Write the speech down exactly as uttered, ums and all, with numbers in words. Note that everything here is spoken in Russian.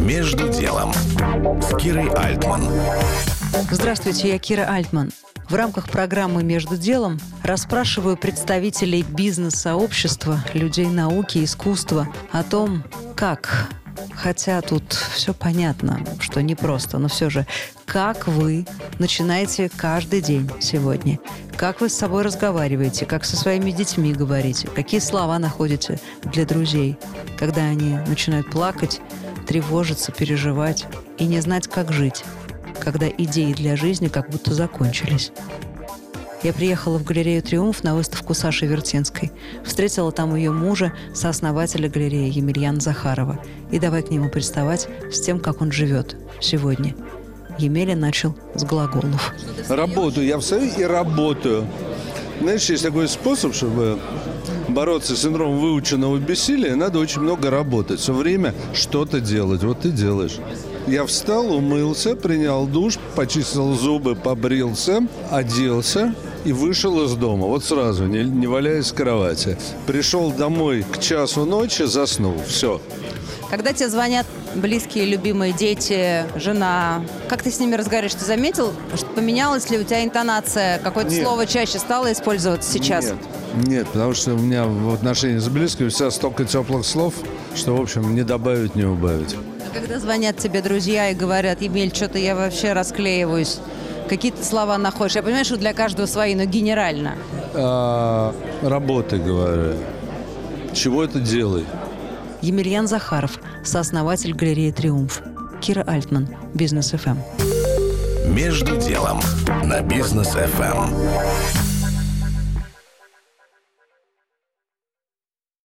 «Между делом» с Кирой Альтман. Здравствуйте, я Кира Альтман. В рамках программы «Между делом» расспрашиваю представителей бизнес-сообщества, людей науки, искусства о том, как, хотя тут все понятно, что непросто, но все же, как вы начинаете каждый день сегодня, как вы с собой разговариваете, как со своими детьми говорите, какие слова находите для друзей, когда они начинают плакать, тревожиться, переживать и не знать, как жить, когда идеи для жизни как будто закончились. Я приехала в галерею «Триумф» на выставку Саши Вертинской. Встретила там ее мужа, сооснователя галереи Емельяна Захарова. И давай к нему приставать с тем, как он живет сегодня. Емеля начал с глаголов. Работаю. Я встаю и работаю. Знаешь, есть такой способ, чтобы бороться с синдромом выученного бессилия, надо очень много работать. Все время что-то делать. Вот ты делаешь. Я встал, умылся, принял душ, почистил зубы, побрился, оделся и вышел из дома. Вот сразу, не, не валяясь в кровати. Пришел домой к часу ночи, заснул. Все. Когда тебе звонят близкие, любимые дети, жена, как ты с ними разговариваешь? Ты заметил, что поменялась ли у тебя интонация? Какое-то Нет. слово чаще стало использоваться сейчас? Нет, нет, потому что у меня в отношении с близкими всегда столько теплых слов, что, в общем, не добавить, не убавить. Когда звонят тебе друзья и говорят: «Емель, что-то я вообще расклеиваюсь», какие-то слова находишь? Я понимаю, что для каждого свои, но генерально. А, работай, говорю. Чего это делай? Емельян Захаров, сооснователь галереи «Триумф». Кира Альтман, Бизнес эф эм. «Между делом» на Бизнес эф эм.